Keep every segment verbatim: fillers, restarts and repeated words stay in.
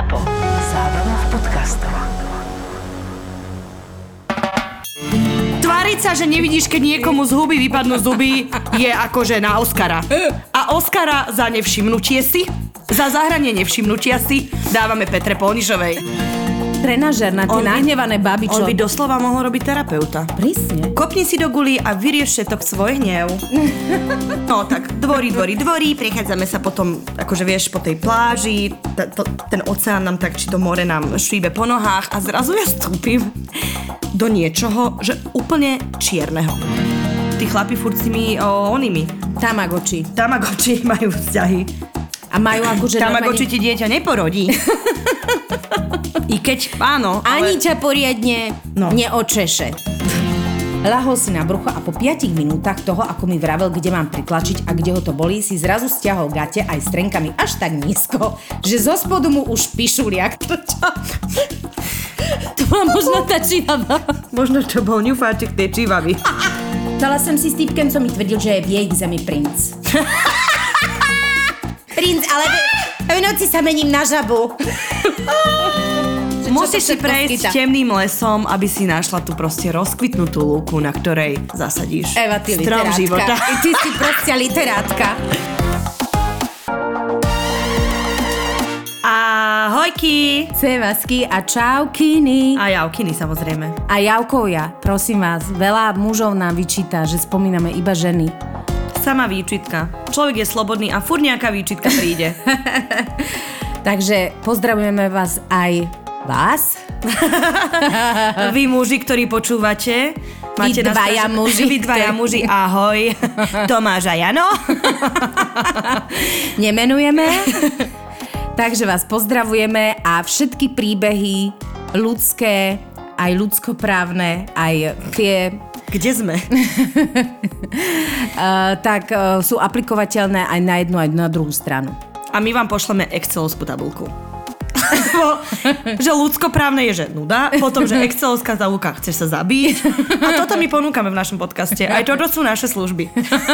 Zapo. Zábrná v podcastov. Tváriť sa, že nevidíš, keď niekomu z huby vypadnú zuby, je akože na Oscara. A Oscara za nevšimnutie si, za zahranie nevšimnutia si dávame Petre Polnišovej. Trenažer na tie On by- nahnevané baby, čo... On by doslova mohol robiť terapeuta. Prísne. Kopni si do guli a vyrieš všetok svoj hnev. No tak, dvorí, dvorí, dvorí, prechádzame sa potom, akože vieš, po tej pláži, t- to, ten oceán nám tak, či to more nám švíbe po nohách a zrazu ja vstúpim do niečoho, že úplne čierneho. Tí chlapi furt s tými o, onými. Tamagotchi. Tamagotchi majú vzťahy. A majú akože... Tamagotchi ti dieťa neporodí. I keď, áno, Ani ale... ťa poriadne No. neočeše. Lahol si na brucho a po piatich minútach toho, ako mi vravel, kde mám pritlačiť a kde ho to bolí, si zrazu stiahol gate aj s trenkami až tak nízko, že zo spodu mu už pišuliak. To čo? To bola možno tá čivava. Možno to bol ňufáčik tej čivavy. Dala som si s týpkem, co mi tvrdil, že je v jej zemi princ. Princ, ale v noci sa mením na žabu. Musíš si prejsť temným lesom, aby si našla tú proste rozkvitnutú lúku, na ktorej zasadíš Eva, ty strom literátka. života. Ty si proste literátka. Ahojky! Sevasky a čaukiny. A javkiny, samozrejme. A Javkovia, prosím vás, veľa mužov nám vyčíta, že spomíname iba ženy. Sama výčitka. Človek je slobodný a furt nejaká výčitka príde. Takže pozdravujeme vás aj vás. Vy muži, ktorí počúvate. Vy nás dvaja strašne- muži, Vy dvaja ktorí- muži, ahoj. Tomáš a Jano. Nemenujeme. Takže vás pozdravujeme a všetky príbehy ľudské, aj ľudskoprávne, aj tie... Kde sme? Uh, tak uh, sú aplikovateľné aj na jednu, aj na druhú stranu. A my vám pošleme Excelovskú tabulku. Že ľudskoprávne je, že nuda, potom, že Excelovská tabulka, chceš sa zabiť. A toto my ponúkame v našom podcaste. Aj toto sú naše služby.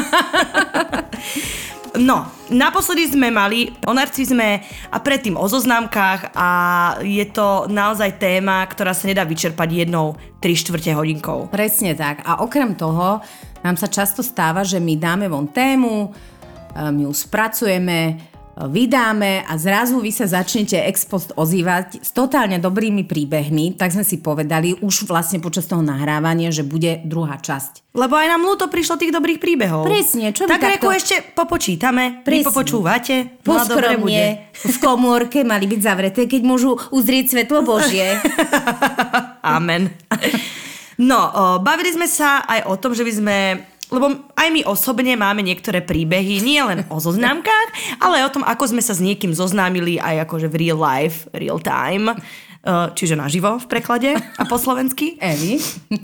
No, naposledy sme mali o narcizme a predtým o zoznámkach a je to naozaj téma, ktorá sa nedá vyčerpať jednou tri štvrte hodinkou. Presne tak. A okrem toho nám sa často stáva, že my dáme von tému, my ju spracujeme, vydáme a zrazu vy sa začnete ex post ozývať s totálne dobrými príbehmi, tak sme si povedali už vlastne počas toho nahrávania, že bude druhá časť. Lebo aj nám ľúto prišlo tých dobrých príbehov. Presne, čo vy tak takto... reku ešte popočítame, vy Presne. popočúvate, no a dobre bude. Poskromne v komórke mali byť zavreté, keď môžu uzrieť svetlo Božie. Amen. No, o, bavili sme sa aj o tom, že by sme... Lebo aj my osobne máme niektoré príbehy, nie len o zoznámkach, ale aj o tom, ako sme sa s niekým zoznámili aj akože v real life, real time, čiže naživo v preklade a po slovensky. Evi?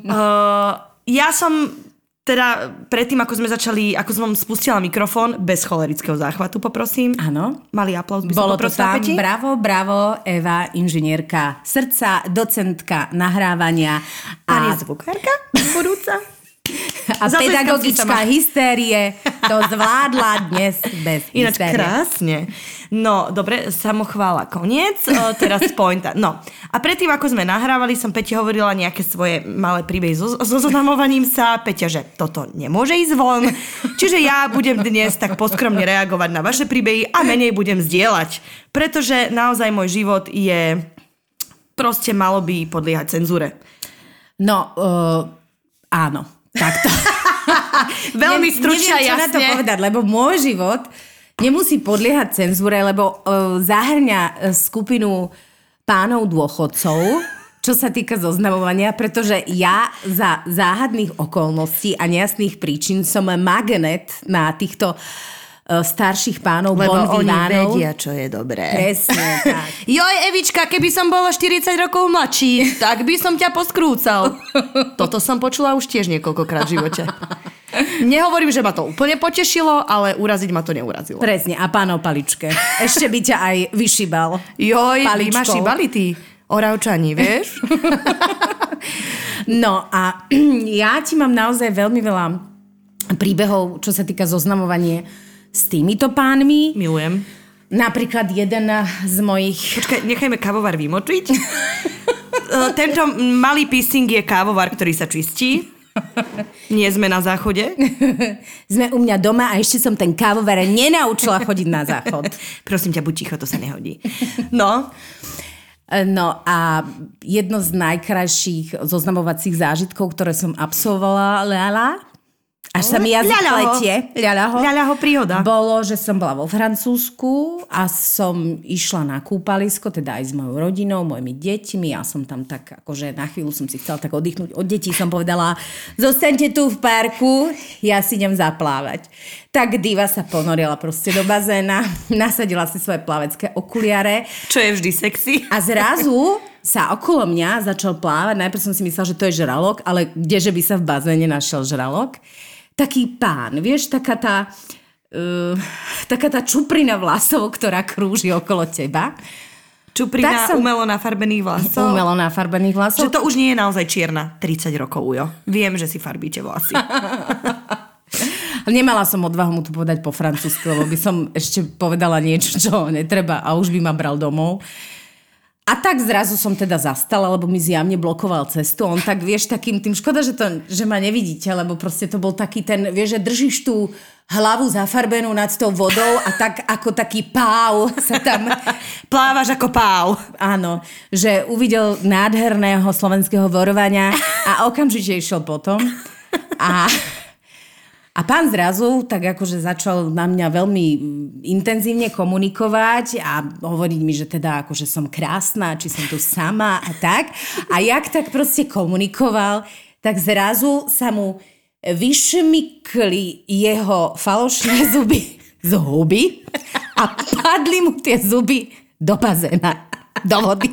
Ja som teda predtým, ako sme začali, ako som spustila mikrofón, bez cholerického záchvatu, poprosím. Áno. Malý aplauz by som Bolo to poprosila, tam. Peti. Bravo, bravo, Eva, inžinierka srdca, docentka nahrávania Pani a, zvukárka, budúca. a Zatleskám si pedagogička sama. hystérie. To zvládla dnes bez Ináč hystérie. krásne. No, dobre, samochvála, koniec. O, teraz pointa. No, a predtým, ako sme nahrávali, som Peti hovorila nejaké svoje malé príbehy so, so zoznamovaním sa. Peťa, že toto nemôže ísť von. Čiže ja budem dnes tak poskromne reagovať na vaše príbehy a menej budem zdieľať. Pretože naozaj môj život je... Proste malo by podliehať cenzúre. No, uh, áno. Takto. Veľmi stručne a Neviem, čo na to jasne. povedať, lebo môj život nemusí podliehať cenzúre, lebo uh, zahrňa uh, skupinu pánov dôchodcov, čo sa týka zoznamovania, pretože ja za záhadných okolností a nejasných príčin som magnet na týchto uh, starších pánov Lebo oni bonvivánov. vedia, čo je dobré. Presne tak. Joj, Evička, keby som bola štyridsať rokov mladší, tak by som ťa poskrúcal. Toto som počula už tiež niekoľkokrát v živote. Nehovorím, že ma to úplne potešilo, ale uraziť ma to neurazilo. Presne, a pán o paličke. Ešte by ťa aj vyšibal. Joj, vy Paličkou. ma šibali tí Oravčani, vieš? No a ja ti mám naozaj veľmi veľa príbehov, čo sa týka zoznamovania s týmito pánmi. Milujem. Napríklad jeden z mojich... Počkaj, nechajme kávovar vymočiť. Tento malý pissing je kávovar, ktorý sa čistí. Nie sme na záchode. Sme u mňa doma a ešte som ten kávovar nenaučila chodiť na záchod. Prosím ťa, buď ticho, to sa nehodí. No. No a jedno z najkrajších zoznamovacích zážitkov, ktoré som absolvovala, Lala, až sa mi jazyk pletie, ľalaho, ľalaho príhoda, bolo, že som bola vo Francúzsku a som išla na kúpalisko, teda aj s mojou rodinou, mojimi deťmi a som tam tak, akože na chvíľu som si chcela tak oddychnúť od detí, som povedala, zostaňte tu v parku, ja si idem zaplávať. Tak diva sa ponorila proste do bazéna, nasadila si svoje plavecké okuliare. Čo je vždy sexy. A zrazu sa okolo mňa začal plávať, najprv som si myslela, že to je žralok, ale kdeže by sa v bazéne našiel žralok? Taký pán, vieš, taká tá, uh, taká tá čuprina vlasov, ktorá krúži okolo teba. Čuprina som... umelo nafarbených vlasov? Umelo nafarbených vlasov. Že to už nie je naozaj čierna. tridsať rokov, Ujo. Viem, že si farbíte vlasy. Nemala som odvahu mu to povedať po francúzsky, lebo by som ešte povedala niečo, čo netreba a už by ma bral domov. A tak zrazu som teda zastala, lebo mi zjavne blokoval cestu. On tak, vieš, takým tým, škoda, že, to, že ma nevidíte, lebo proste to bol taký ten, vieš, že držíš tú hlavu zafarbenú nad tou vodou a tak ako taký páv sa tam... Plávaš ako páv. Áno, že uvidel nádherného slovenského vorovania a okamžite išiel potom. A... A pán zrazu tak akože začal na mňa veľmi intenzívne komunikovať a hovoriť mi, že teda akože som krásna, či som tu sama a tak. A jak tak proste komunikoval, tak zrazu sa mu vyšmykli jeho falošné zuby z huby a padli mu tie zuby do bazéna, do vody.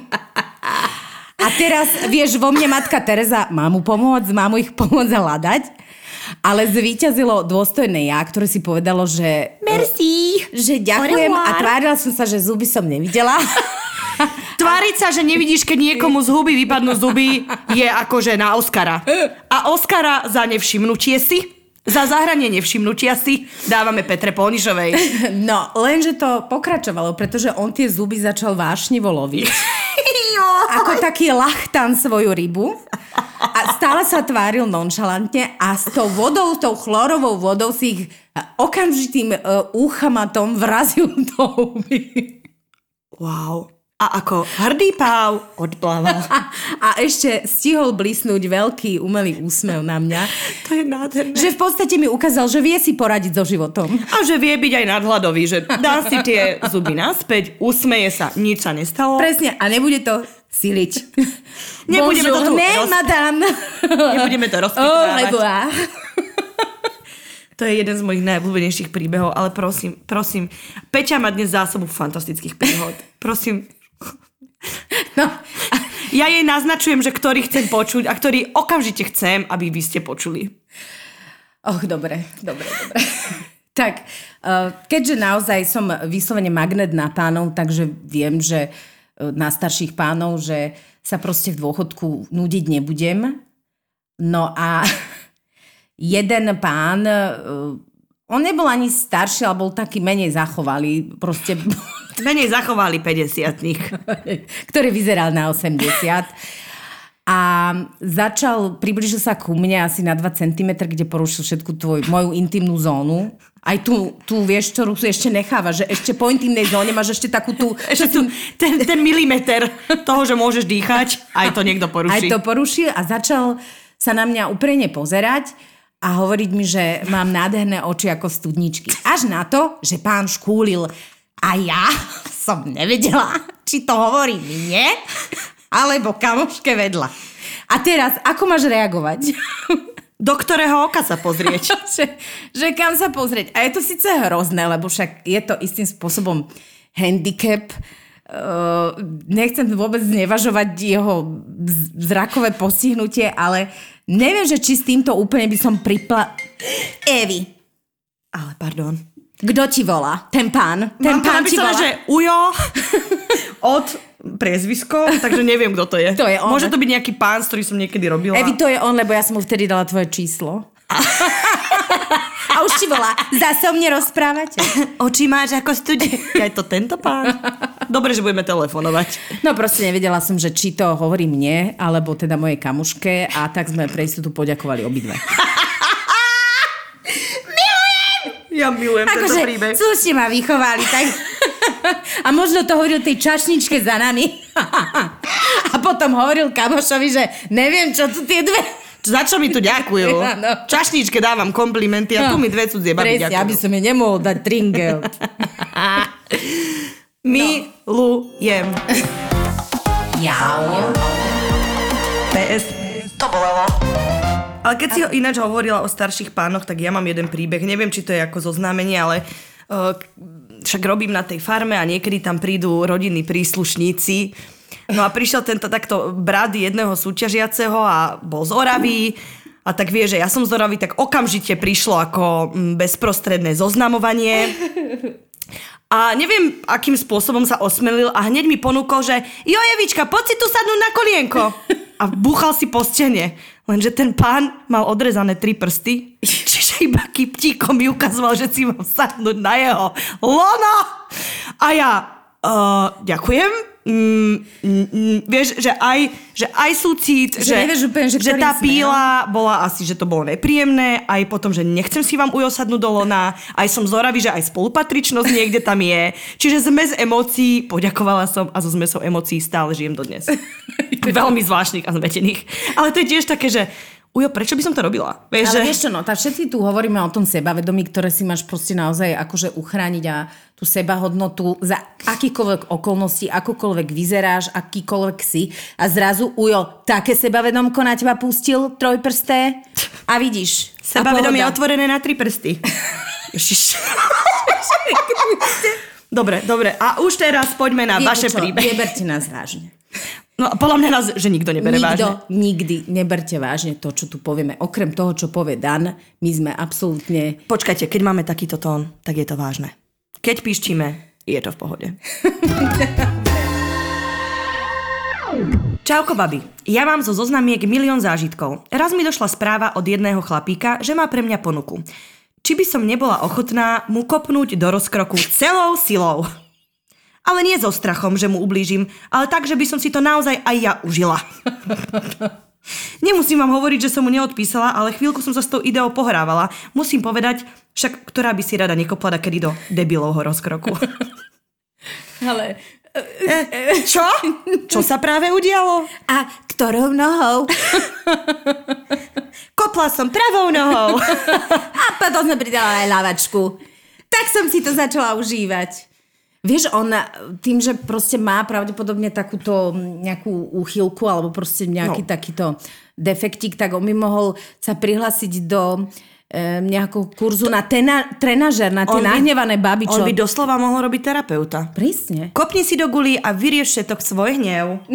A teraz, vieš, vo mne matka Tereza, má mu pomôcť, má mu ich pomôcť hľadať. Ale zvíťazilo dôstojné ja, ktoré si povedalo, že... Merci. Že ďakujem a tvárila som sa, že zuby som nevidela. Tváriť sa, že nevidíš, keď niekomu z huby vypadnú zuby, je akože na Oscara. A Oscara za nevšimnutie si, za zahranie nevšimnutia si dávame Petre Pónišovej. No, lenže to pokračovalo, pretože on tie zuby začal vášnivo loviť. Ako taký lachtan svoju rybu. A stále sa tváril nonšalantne a s tou vodou, s tou chlorovou vodou si ich okamžitým uh, úchamatom vrazil do huby. Wow. A ako hrdý páv odplával. A, a ešte stihol blísnuť veľký umelý úsmev na mňa. To je nádherné. Že v podstate mi ukázal, že vie si poradiť so životom. A že vie byť aj nadhľadový, že dá si tie zuby naspäť, usmeje sa, nič sa nestalo. Presne, a nebude to siliť. Nebudeme Bonjour, to tu ne, roz... madame. Nebudeme to Oh, rozpitvávať. revoir. To je jeden z mojich najobľúbenejších príbehov, ale prosím, prosím, Peťa má dnes zásobu fantastických príhod. Prosím. No. Ja jej naznačujem, že ktorý chcem počuť a ktorý okamžite chcem, aby vy ste počuli. Och, dobre, dobre, dobre. Tak, keďže naozaj som vyslovene magnet na pánov, takže viem, že na starších pánov, že sa proste v dôchodku nudiť nebudem. No a jeden pán, on nebol ani starší, ale bol taký menej zachovalý. Proste... Menej zachovali päťdesiatnych. Ktorý vyzeral na osemdesiat. A začal, priblížil sa ku mne asi na dva centimetre, kde porušil všetku tvoj, moju intimnú zónu. Aj tu, tu vieš, ktorú si ešte necháva, že ešte po intimnej zóne máš ešte takú tú... Ešte tu, ten, ten milimeter toho, že môžeš dýchať, aj to niekto poruší. Aj to porušil a začal sa na mňa úprimne pozerať a hovoriť mi, že mám nádherné oči ako studničky. Až na to, že pán škúlil a ja som nevedela, či to hovorí mne, alebo kamoške vedľa. A teraz, ako máš reagovať? Do ktorého oka sa pozrieť? že, že kam sa pozrieť. A je to síce hrozné, lebo však je to istým spôsobom handicap. Uh, nechcem vôbec znevažovať jeho zrakové postihnutie, ale neviem, že či s týmto úplne by som pripla... Evi. Ale pardon. Kto ti volá? Ten pán? Ten Mám pán to ti volá? že Ujo od priezvisko, takže neviem, kto to je. To je on. Môže to byť nejaký pán, s ktorým som niekedy robila. Evi, to je on, lebo ja som mu vtedy dala tvoje číslo. A už ti volá, zase o mne rozprávate. Oči máš ako studie. Je to tento pán? Dobre, že budeme telefonovať. No proste nevedela som, že či to hovorí mne, alebo teda mojej kamuške a tak sme pre istotu poďakovali obidve. Ja milujem tento Akože príbeh. slušne ma vychovali, tak... A možno to hovoril tej čašničke za nami. A potom hovoril kamošovi, že neviem, čo tu tie dve... Za čo mi tu ďakujú? Áno. Čašničke dávam komplimenty a tu mi dve cudzie baby Presne, ďakujú. aby som jej nemohol dať tringel. Milujem. Jau. pé es. To bolelo. Ale keď si ho ináč hovorila o starších pánoch, tak ja mám jeden príbeh. Neviem, či to je ako zoznámenie, ale uh, však robím na tej farme a niekedy tam prídu rodinní príslušníci. No a prišiel tento takto brat jedného súťažiaceho a bol z Oravy. A tak vie, že ja som z Oravy, tak okamžite prišlo ako bezprostredné zoznamovanie. A neviem, akým spôsobom sa osmelil a hneď mi ponúkol, že jo, Evička, poď si tu sadnúť na kolienko. A búchal si po stene. Lenže ten pán mal odrezané tri prsty, čiže iba kyptíkom mi ukazoval, že si mám sadnúť na jeho lono. A ja, uh, ďakujem. Mm, mm, mm, vieš, že aj, že aj súcit, Že že, nevieš úplne, že že ktorým tá smerom. píla bola asi, že to bolo nepríjemné, aj potom, že nechcem si vám ujosadnúť do lona, aj som z Oravy, že aj spolupatričnosť niekde tam je. Čiže zmes emócií, poďakovala som a zo zmesou emócií stále žijem dodnes. Veľmi zvláštnych a zmetených. Ale to je tiež také, že ujo, prečo by som to robila? Vieš, Ale že... vieš čo, no, tak všetci tu hovoríme o tom sebavedomí, ktoré si máš proste naozaj akože uchrániť a tú sebahodnotu za akýkoľvek okolnosti, akokoľvek vyzeráš, akýkoľvek si a zrazu ujo, také sebavedomko na teba pustil, trojprsté a vidíš. Sebavedomie je a pohoda. otvorené na tri prsty. Ježiš. Dobre, dobre. A už teraz poďme na Viete vaše čo, príbehy. Neberte nás vážne. No a podľa mňa nás, že nikto nebere Nikto, vážne. nikdy neberte vážne to, čo tu povieme. Okrem toho, čo povie Dan, my sme absolútne... Počkajte, keď máme takýto tón, tak je to vážne. Keď píščime, je to v pohode. Čauko, babi. Ja mám zo zoznamiek milión zážitkov. Raz mi došla správa od jedného chlapíka, že má pre mňa ponuku. Či by som nebola ochotná mu kopnúť do rozkroku celou silou. Ale nie so strachom, že mu ublížim, ale tak, že by som si to naozaj aj ja užila. Nemusím vám hovoriť, že som mu neodpísala, ale chvíľku som sa s tou ideou pohrávala. Musím povedať, však ktorá by si rada nekopla kedy do debilovho rozkroku. Ale... E, čo? Čo sa práve udialo? A ktorou nohou? Kopla som pravou nohou. A potom som pridala aj lavačku. Tak som si to začala užívať. Vieš, on tým, že proste má pravdepodobne takúto nejakú úchylku alebo proste nejaký no. takýto defektík, tak on by mohol sa prihlásiť do e, nejakého kurzu na tena, trenažer, na tie On by- nahnevané baby, čo... On by doslova mohol robiť terapeuta. Presne. Kopni si do guli a vyrieš všetok svoj hnev.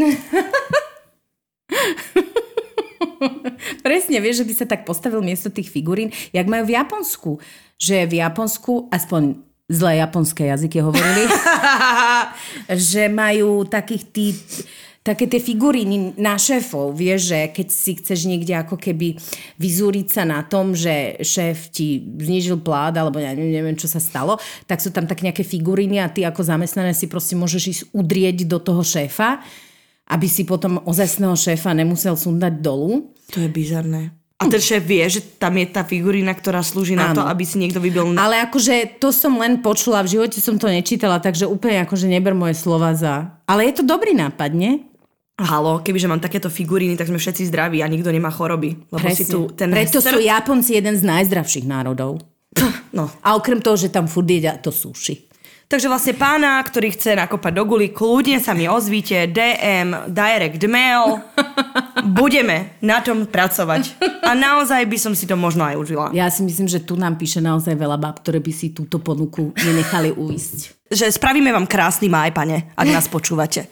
Presne, vieš, že by sa tak postavil miesto tých figurín, jak majú v Japonsku. Že v Japonsku, aspoň zlé japonské jazyky hovorili, že majú takých tí, také tie figuríny na šéfov. Vieš, že keď si chceš niekde ako keby vyzúriť sa na tom, že šéf ti znížil plát, alebo ja neviem, čo sa stalo, tak sú tam tak nejaké figuríny a ty ako zamestnané si proste môžeš ísť udrieť do toho šéfa, aby si potom ozajstného šéfa nemusel sundať dolu. To je bizarné. A ten šéf vie, že tam je tá figurína, ktorá slúži na Áno. to, aby si niekto vybil... Ale akože to som len počula, v živote som to nečítala, takže úplne akože neber moje slova za... Ale je to dobrý nápad, nie? Halo, kebyže mám takéto figuríny, tak sme všetci zdraví a nikto nemá choroby. Lebo si tu ten... Preto sú sr- Japonci jeden z najzdravších národov. No. A okrem toho, že tam furt jedia to sushi. Takže vlastne pána, ktorý chce nakopať do guli, kľudne sa mi ozvíte, dé em, direct mail. Budeme na tom pracovať. A naozaj by som si to možno aj užila. Ja si myslím, že tu nám píše naozaj veľa báb, ktoré by si túto ponuku nenechali uísť. Že spravíme vám krásny máj, pane, ak nás počúvate.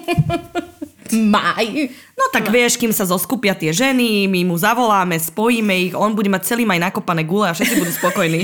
Maj. No tak vieš, kým sa zoskupia tie ženy, my mu zavoláme, spojíme ich, on bude mať celý maj nakopané gule a všetci budú spokojní.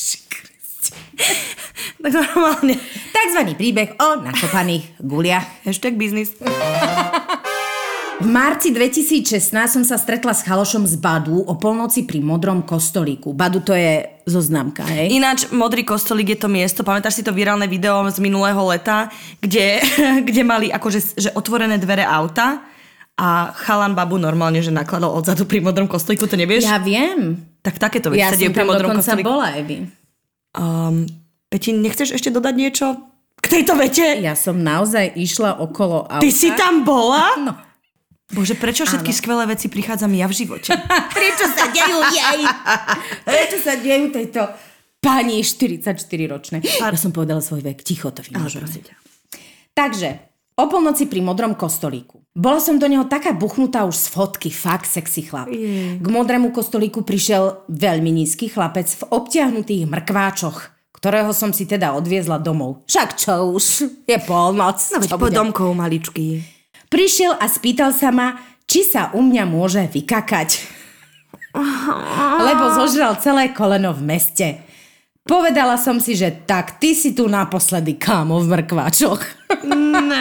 Tak normálne. Takzvaný príbeh o nakopaných guliach. Hashtag business. V marci dvetisícšestnásť som sa stretla s chalošom z Badu o polnoci pri Modrom kostolíku. Badu to je zoznamka, hej? Ináč, Modrý kostolík je to miesto, pamätáš si to virálne video z minulého leta, kde, kde mali akože že otvorené dvere auta a chalan babu normálne, že nakladal odzadu pri Modrom kostolíku, to nevieš? Ja viem. Tak takéto veci Ja sa som dejú pri tam Modrom dokonca kostolíku. bola, Evi. Um, Peti, nechceš ešte dodať niečo k tejto vete? Ja som naozaj išla okolo auta. Ty si tam bola? No. Bože, prečo všetky Áno. skvelé veci prichádzam ja v živote? Prečo sa dejú jej? Prečo sa dejú tejto pani štyridsaťštyriročnej? Ja som povedala svoj vek, ticho to vymažujem. Takže, o polnoci pri Modrom kostolíku. Bola som do neho taká buchnutá už z fotky, fakt sexy chlap. Je. K Modrému kostolíku prišiel veľmi nízky chlapec v obtiahnutých mrkváčoch, ktorého som si teda odviezla domov. Však čo už, je polnoc. No veď čo po bude? domkov maličký. Prišiel a spýtal sa ma, či sa u mňa môže vykakať. Lebo zožral celé koleno v meste. Povedala som si, že tak ty si tu naposledy, kámo, v mrkváčoch. Ne.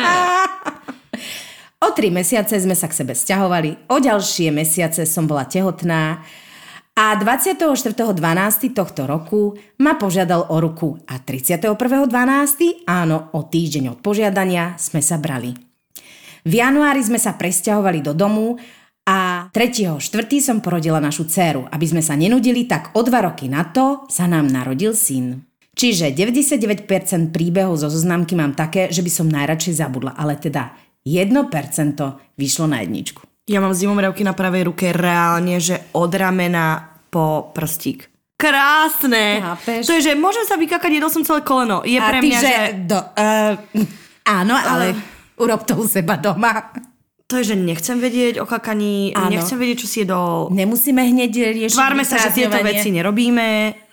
O tri mesiace sme sa k sebe sťahovali, o ďalšie mesiace som bola tehotná a dvadsiateho štvrtého decembra tohto roku ma požiadal o ruku a tridsiateho prvého decembra, áno, o týždeň od požiadania, sme sa brali. V januári sme sa presťahovali do domu a tretieho štvrtého som porodila našu dcéru. Aby sme sa nenudili, tak o dva roky na to sa nám narodil syn. Čiže deväťdesiatdeväť percent príbehov zo zoznamky mám také, že by som najradšej zabudla, ale teda jedno percento vyšlo na jedničku. Ja mám zimomriavky na pravej ruke reálne, že od ramena po prstík. Krásne. Chápeš? To je, že môžem sa vykakať, jedol som celé koleno. Je A pre ty, mňa, že... že... Do, uh, áno, ale urob to u seba doma. To je, že nechcem vedieť o kakaní, Áno. nechcem vedieť, čo si jedol. Nemusíme hneď riešiť Tvárme sa, že tieto vyprázdňovanie. veci nerobíme.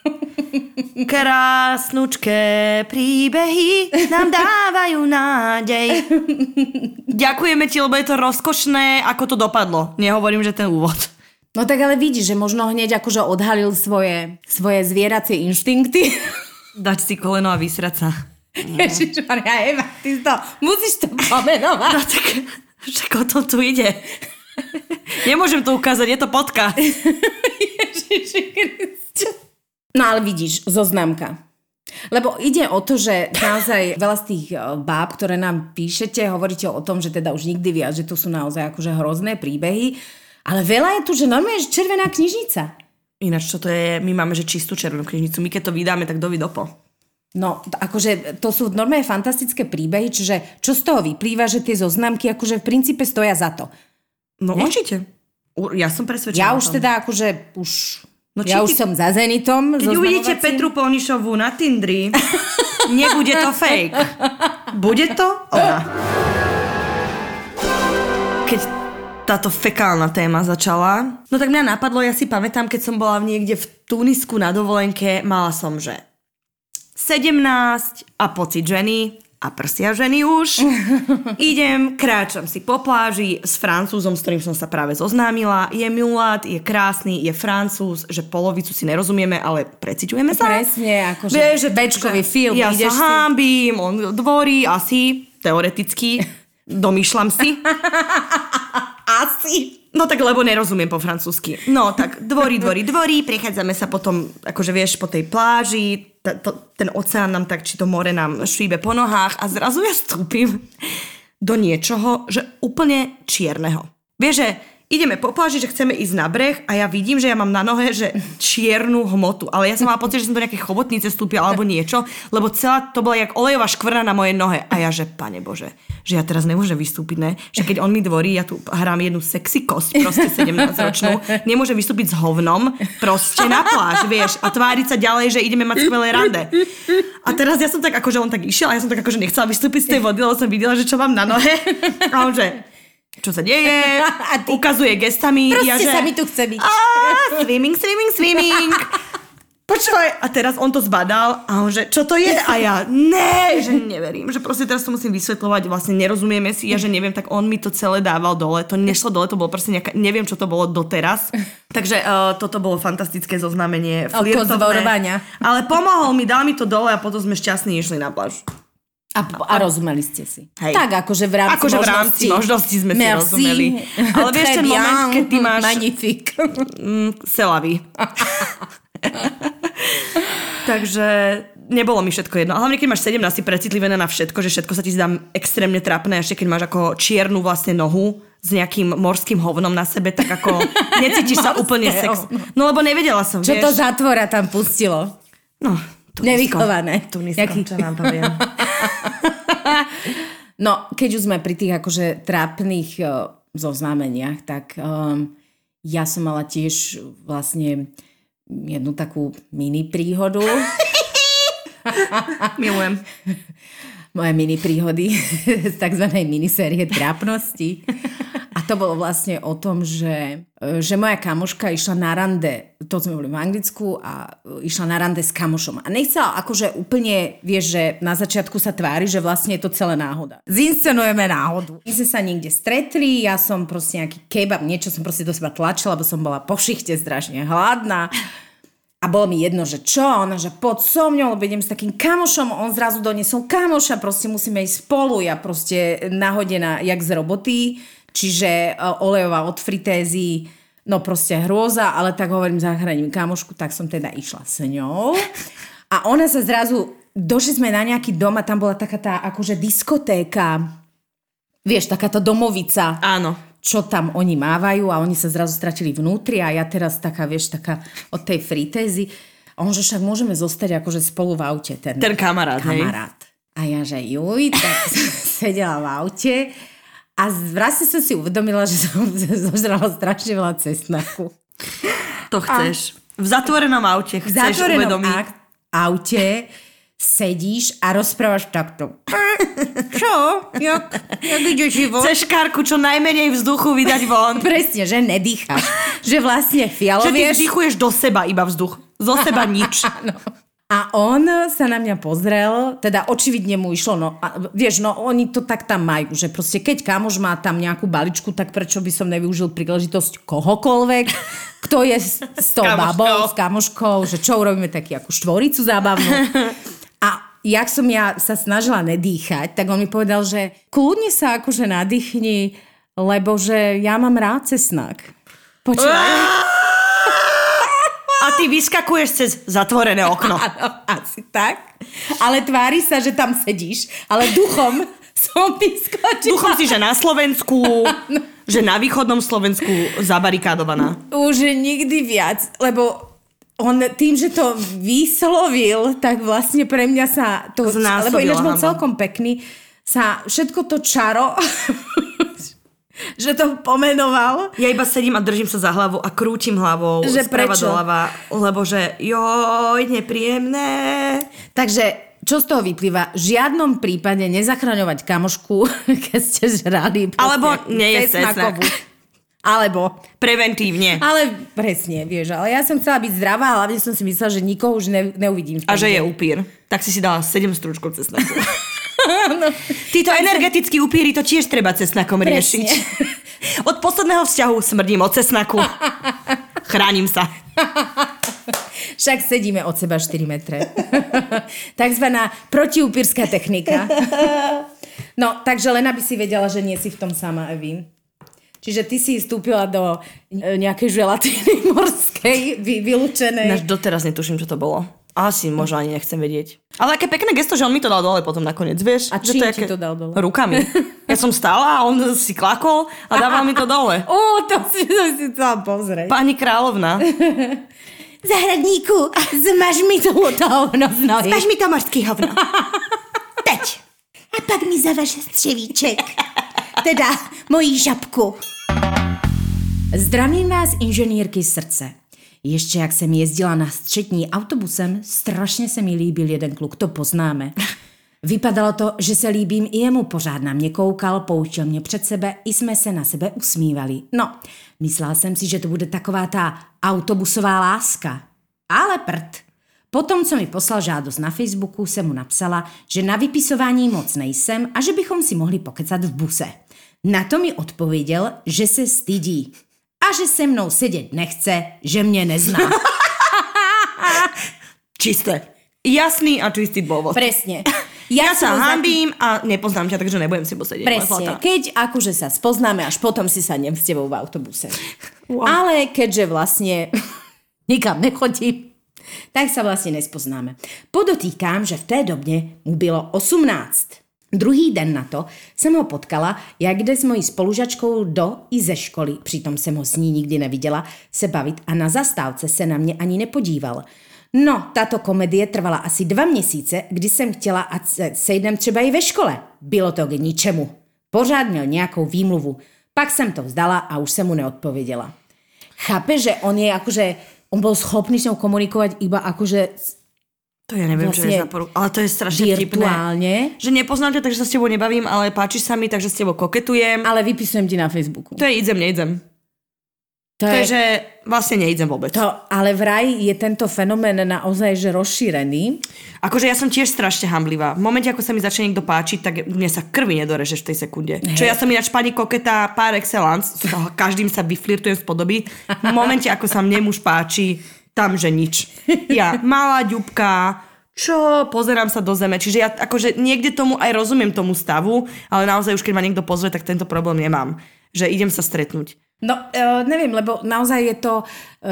Krásnučké príbehy nám dávajú nádej. Ďakujeme ti, lebo je to rozkošné, ako to dopadlo. Nehovorím, že ten úvod. No tak ale vidíš, že možno hneď akože odhalil svoje, svoje zvieracie inštinkty. Dať si koleno a vysrať sa. Ježišmaria, Eva, ty to musíš to pomenovať. No tak, však o tom tu ide. Nemôžem to ukázať, je to podcast. Ježiši Kriste. No ale vidíš, zoznamka. Lebo ide o to, že naozaj veľa z tých báb, ktoré nám píšete, hovoríte o tom, že teda už nikdy viac, že to sú naozaj akože hrozné príbehy. Ale veľa je tu, že normálne je červená knižnica. Ináč, čo to je, my máme že čistú červenú knižnicu. My keď to vydáme, tak dovi dopo. No, t- akože to sú normálne fantastické príbehy, čiže čo z toho vyplýva, že tie zoznamky akože v princípe stoja za to. No Ne? určite. U, ja som presvedčená. Ja o už tom. teda akože už... No ja či už ty- som za Zenitom. Keď uvidíte zoznamovacím. Petru Polnišovú na Tindri, nebude to fake. Bude to ona. Keď táto fekálna téma začala, no tak mňa napadlo, ja si pamätám, keď som bola niekde v Tunisku na dovolenke, mala som, že sedemnásť a pocit ženy a prsia ženy už. Idem, kráčam si po pláži s Francúzom, s ktorým som sa práve zoznámila. Je mulát, je krásny, je Francúz, že polovicu si nerozumieme, ale preciťujeme sa. Presne, akože Vieš, že bečkový že film. Ja ideš sa hámbim, on dvorí, asi, teoreticky, domýšľam si. Asi. No tak, lebo nerozumiem po francúzsky. No tak, dvorí, dvorí, dvorí, prechádzame sa potom, akože vieš, po tej pláži, t- to, ten oceán nám tak, či to more nám švíbe po nohách a zrazu ja vstúpim do niečoho, že úplne čierneho. Vieš, že ideme po pláži, že chceme ísť na breh a ja vidím, že ja mám na nohe, že čiernu hmotu. Ale ja som mala pocit, že som do nejaké chobotnice vstúpila alebo niečo, lebo celá to bola jak olejová škvrna na mojej nohe. A ja, že pane Bože, že ja teraz nemôžem vystúpiť, ne? Že keď on mi dvorí, ja tu hrám jednu sexy kosť, proste sedemnásťročnú, nemôžem vystúpiť s hovnom proste na pláž, vieš, a tváriť sa ďalej, že ideme mať skvelé rande. A teraz ja som tak akože on tak išiel a ja som tak akože nechcela vystúpiť z tej vody, lebo som videla, že čo mám na nohe. A on že čo sa deje, ukazuje gestami. Proste ja, že, sa mi tu chce byť. Á, swimming, swimming, swimming. Počúvaj. A teraz on to zbadal a on že, čo to je? A ja, ne, že neverím. Že proste teraz to musím vysvetľovať, vlastne nerozumieme si, ja že neviem, tak on mi to celé dával dole. To nešlo dole, to bolo proste nejaká, neviem, čo to bolo doteraz. Takže uh, toto bolo fantastické zoznamenie. Oko zborovania. Ale pomohol mi, dal mi to dole a potom sme šťastní išli na pláž. A, a rozumeli ste si. Hej. Tak, akože v rámci akože možností. v rámci možností sme si Merci. rozumeli. Ale vieš ten Très moment, bien. keď ty máš... Magnifique. Mm, Selavy. Takže nebolo mi všetko jedno. Hlavne, keď máš sedemnásť, si precitlivená na všetko, že všetko sa ti zdá extrémne trápne. Ešte keď máš ako čiernu vlastne nohu s nejakým morským hovnom na sebe, tak ako necítiš sa úplne sex. No lebo nevedela som, Čo vieš. to zatvora tam pustilo? No, Tunisko. Nevychované. Tunisko, Jaký... čo vám poviem. No, keď už sme pri tých akože trápnych uh, zoznámeniach, tak um, ja som mala tiež vlastne jednu takú mini príhodu. Milujem. Moje mini príhody z takzvanej minisérie trápnosti. A to bolo vlastne o tom, že, že moja kamoška išla na rande, to sme boli v Anglicku, a išla na rande s kamošom. A nechcela akože úplne, vieš, že na začiatku sa tvári, že vlastne je to celé náhoda. Zinscenujeme náhodu. My sme sa niekde stretli, ja som proste nejaký kebab, niečo som proste do seba tlačila, lebo som bola po šichte strašne hladná. A bolo mi jedno, že čo, ona, že poď so mňou, lebo idem s takým kamošom, on zrazu doniesol kamoša, proste musíme ísť spolu, ja proste nahodená jak z roboty, čiže olejová od fritézy, no proste hrôza, ale tak hovorím, zachránim kamošku, tak som teda išla s ňou. A ona sa zrazu, došli sme na nejaký dom a tam bola taká tá akože diskotéka, vieš, taká tá domovica. Áno. Čo tam oni mávajú a oni sa zrazu stratili vnútri a ja teraz taká, vieš, taká od tej fritézy. A on, že však môžeme zostať akože spolu v aute. Ten, ten kamarát, kamarát. Hej. A ja, že juj, tak sedela v aute a vlastne som si uvedomila, že som zožrala strašne veľa cesnaku. To chceš. A v zatvorenom aute chceš v zatvorenom uvedomiť. ak- aute sedíš a rozprávaš takto. Čo? Jak, jak ide život? Chceš Kárku čo najmenej vzduchu vydať von. Presne, že nedýcháš. Že vlastne Že ty fialovieš. vdychuješ do seba iba vzduch. Zo seba nič. A on sa na mňa pozrel, teda očividne mu išlo, no a, vieš, no oni to tak tam majú, že proste keď kamoš má tam nejakú baličku, tak prečo by som nevyužil príležitosť kohokoľvek, kto je s, s tou Kamoškou. babou, s kamoškou, že čo urobíme taký ako štvoricu zábavnú. A jak som ja sa snažila nedýchať, tak on mi povedal, že kľudne sa akože nadýchni, lebo že ja mám rád cesnak. Počúvaj. A ty vyskakuješ cez zatvorené okno. Áno, asi tak. Ale tvári sa, že tam sedíš. Ale duchom som vyskočila. Duchom si, že na Slovensku, že na východnom Slovensku zabarikádovaná. Už nikdy viac, lebo on tým, že to vyslovil, tak vlastne pre mňa sa to... Znásobila lebo ináč bol hamba. celkom pekný. Sa všetko to čaro... že to pomenoval. Ja iba sedím a držím sa za hlavu a krútim hlavou Že sprava prečo? doľava, lebo že joj, nepríjemné. Takže čo z toho vyplýva? V žiadnom prípade nezachraňovať kamošku, keď ste žrali. Alebo nie je cesnakovú. cesnak. Alebo. Preventívne. Ale presne, vieš, ale ja som chcela byť zdravá a hlavne som si myslela, že nikoho už ne, neuvidím. v A tom že je deň. upír. Tak si si dala sedem strúčkov cesnaku. Títo energetickí upíry to tiež treba cesnakom riešiť. Od posledného vzťahu smrdím od cesnaku. Chránim sa. Však sedíme od seba štyri metre. Takzvaná protiupírska technika. No, takže len aby si vedela, že nie si v tom sama, Evi. Čiže ty si vstúpila do e, nejakej želatíny morskej, vy, vylúčenej. Ináč doteraz netuším, čo to bolo. Asi možno ani nechcem vedieť. Ale aké pekné gesto, že on mi to dal dole potom nakoniec, vieš? A že čím je ti to dal dole? Rukami. Ja som stála a on si klakol a dával mi to dole. Ó, to si, to si chcela pozrieť. Pani kráľovna. Zahradníku, zmaž mi to hovno z nohy. Zmaž mi to morský hovno. Teď. A pak mi zavaš střevíček. Teda mojí žabku. Zdravím vás, inženýrky srdce. Ještě jak jsem jezdila na střední autobusem, strašně se mi líbil jeden kluk, to poznáme. Vypadalo to, že se líbím i jemu, pořád na mě koukal, pouštěl mě před sebe, i jsme se na sebe usmívali. No, myslela jsem si, že to bude taková ta autobusová láska. Ale prd. Potom, co mi poslal žádost na Facebooku, jsem mu napsala, že na vypisování moc nejsem a že bychom si mohli pokecat v buse. Na to mi odpověděl, že se stydí a že se mnou sedět nechce, že mě nezná. Čisté. Jasný a čistý dôvod. Presne. Ja, ja sa som hanbím a nepoznám ťa, takže nebudem si posediť. Presne, keď akože sa spoznáme, až potom si sadnem s tebou v autobuse. Wow. Ale keďže vlastne nikam nechodím, tak sa vlastne nespoznáme. Podotýkám, že v té době mu bylo osmnáct. Druhý den na to jsem ho potkala, jak jde s mojí spolužačkou do i ze školy, přitom jsem ho s ní nikdy neviděla, se bavit a na zastávce se na mě ani nepodíval. No, tato komedie trvala asi dva měsíce, kdy jsem chtěla, ať se sejdem třeba i ve škole. Bylo to k ničemu. Pořád měl nějakou výmluvu. Pak jsem to vzdala a už jsem mu neodpověděla. Chápe, že on je akože, on bol schopný s ňou komunikovať iba akože To ja neviem, vlastne čo je za poru... Ale to je strašne virtuálne. vtipné. Že nepoznám ťa, takže sa s tebou nebavím, ale páči sa mi, takže s tebou koketujem. Ale vypisujem ti na Facebooku. To je idem, neidem. To, To je, je, že vlastne neidem vôbec. to, ale vraj je tento fenomén naozaj že rozšírený. Akože ja som tiež strašne hamblivá. V momente, ako sa mi začne niekto páčiť, tak mne sa krvi nedorežeš v tej sekunde. Hey. Čo ja som ináč pani koketa par excellence, každým sa vyflirtujem z podoby. V momente, ako sa mne muž páči, tam, že nič. Ja, malá ďubka, čo, pozerám sa do zeme. Čiže ja akože niekde tomu aj rozumiem tomu stavu, ale naozaj už keď ma niekto pozrie, tak tento problém nemám. Že idem sa stretnúť. No, uh, neviem, lebo naozaj je to uh,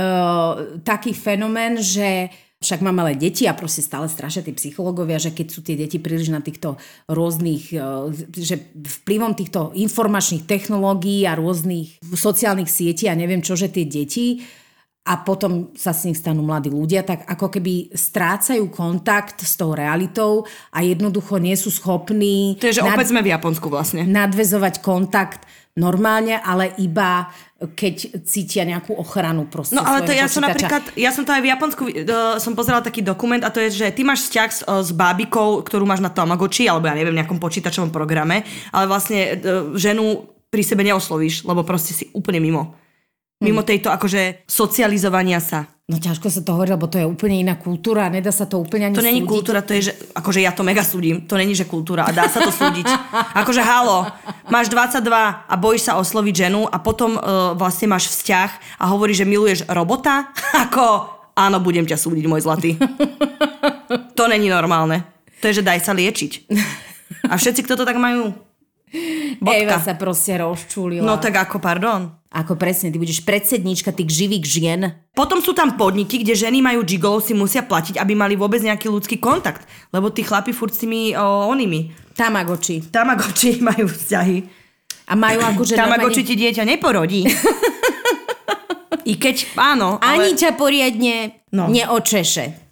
taký fenomén, že však mám malé deti a proste stále strašia tí psychológovia, že keď sú tie deti príliš na týchto rôznych, uh, že vplyvom týchto informačných technológií a rôznych sociálnych sietí a neviem čo, že tie deti a potom sa s nich stanú mladí ľudia, tak ako keby strácajú kontakt s tou realitou a jednoducho nie sú schopní... To je, že nad... opäť sme v Japonsku vlastne. nadväzovať kontakt normálne, ale iba keď cítia nejakú ochranu proste. No ale to svojho ja som počítača. napríklad, ja som to aj v Japonsku, uh, som pozerala taký dokument a to je, že ty máš vzťah s, uh, s bábikou, ktorú máš na Tamagotchi, alebo ja neviem, nejakom počítačovom programe, ale vlastne uh, ženu pri sebe neoslovíš, lebo proste si úplne mimo. Mimo tejto akože socializovania sa. No ťažko sa to hovorí, lebo to je úplne iná kultúra a nedá sa to úplne ani To není súdiť. kultúra, to je, že akože ja to mega súdim. To není, že kultúra a dá sa to súdiť. Akože halo, máš dvadsaťdva a bojíš sa osloviť ženu a potom uh, vlastne máš vzťah a hovoríš, že miluješ robota? Ako, áno, budem ťa súdiť, môj zlatý. To není normálne. To je, že daj sa liečiť. A všetci, kto to tak majú... Bodka. Eva sa proste rozčúlila. No tak ako, pardon. Ako presne, ty budeš predsedníčka tých živých žien. Potom sú tam podniky, kde ženy majú gigolov, si musia platiť, aby mali vôbec nejaký ľudský kontakt. Lebo tí chlapi furt s tými o, onými. Tamagotchi. Tamagotchi majú vzťahy. A majú akože... Tamagotchi normálne... ti dieťa neporodí. I keď áno, ale... Ani ťa poriadne No. neočeše.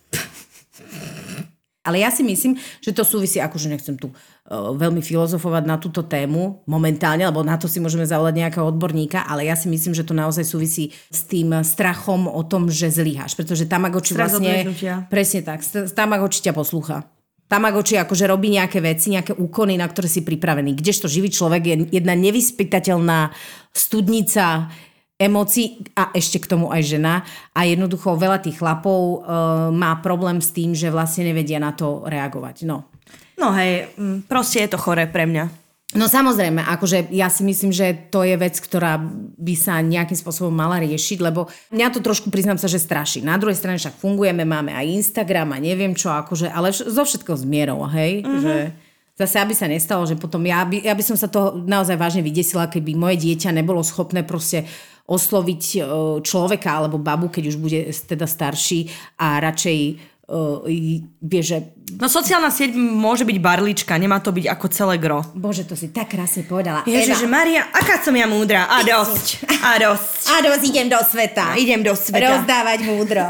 Ale ja si myslím, že to súvisí, akože nechcem tu uh, veľmi filozofovať na túto tému momentálne, lebo na to si môžeme zavolať nejakého odborníka, ale ja si myslím, že to naozaj súvisí s tým strachom o tom, že zlyháš. Pretože Tamagotchi Strach vlastne... odmietnutia. Presne tak. Tamagotchi ťa poslúcha. Tamagotchi akože robí nejaké veci, nejaké úkony, na ktoré si pripravený. Kdežto živý človek je jedna nevyspytateľná studnica emócií a ešte k tomu aj žena a jednoducho veľa tých chlapov e, má problém s tým, že vlastne nevedia na to reagovať. No. No hej, proste je to choré pre mňa. No samozrejme, akože ja si myslím, že to je vec, ktorá by sa nejakým spôsobom mala riešiť, lebo mňa to trošku, priznám sa, že straší. Na druhej strane však fungujeme, máme aj Instagram a neviem čo, akože, ale vš- zo všetko s mierou, hej? Mm-hmm. Že zase, aby sa nestalo, že potom ja by, ja by som sa toho naozaj vážne vydesila, keby moje dieťa nebolo schopné proste osloviť človeka alebo babu, keď už bude teda starší a radšej uh, vie, že... No sociálna sieť môže byť barlička, nemá to byť ako celé gro. Bože, to si tak krásne povedala. Ježiš, Maria, aká som ja múdra. A dosť. A dosť. A dosť, idem do sveta. Idem do sveta. Rozdávať múdro.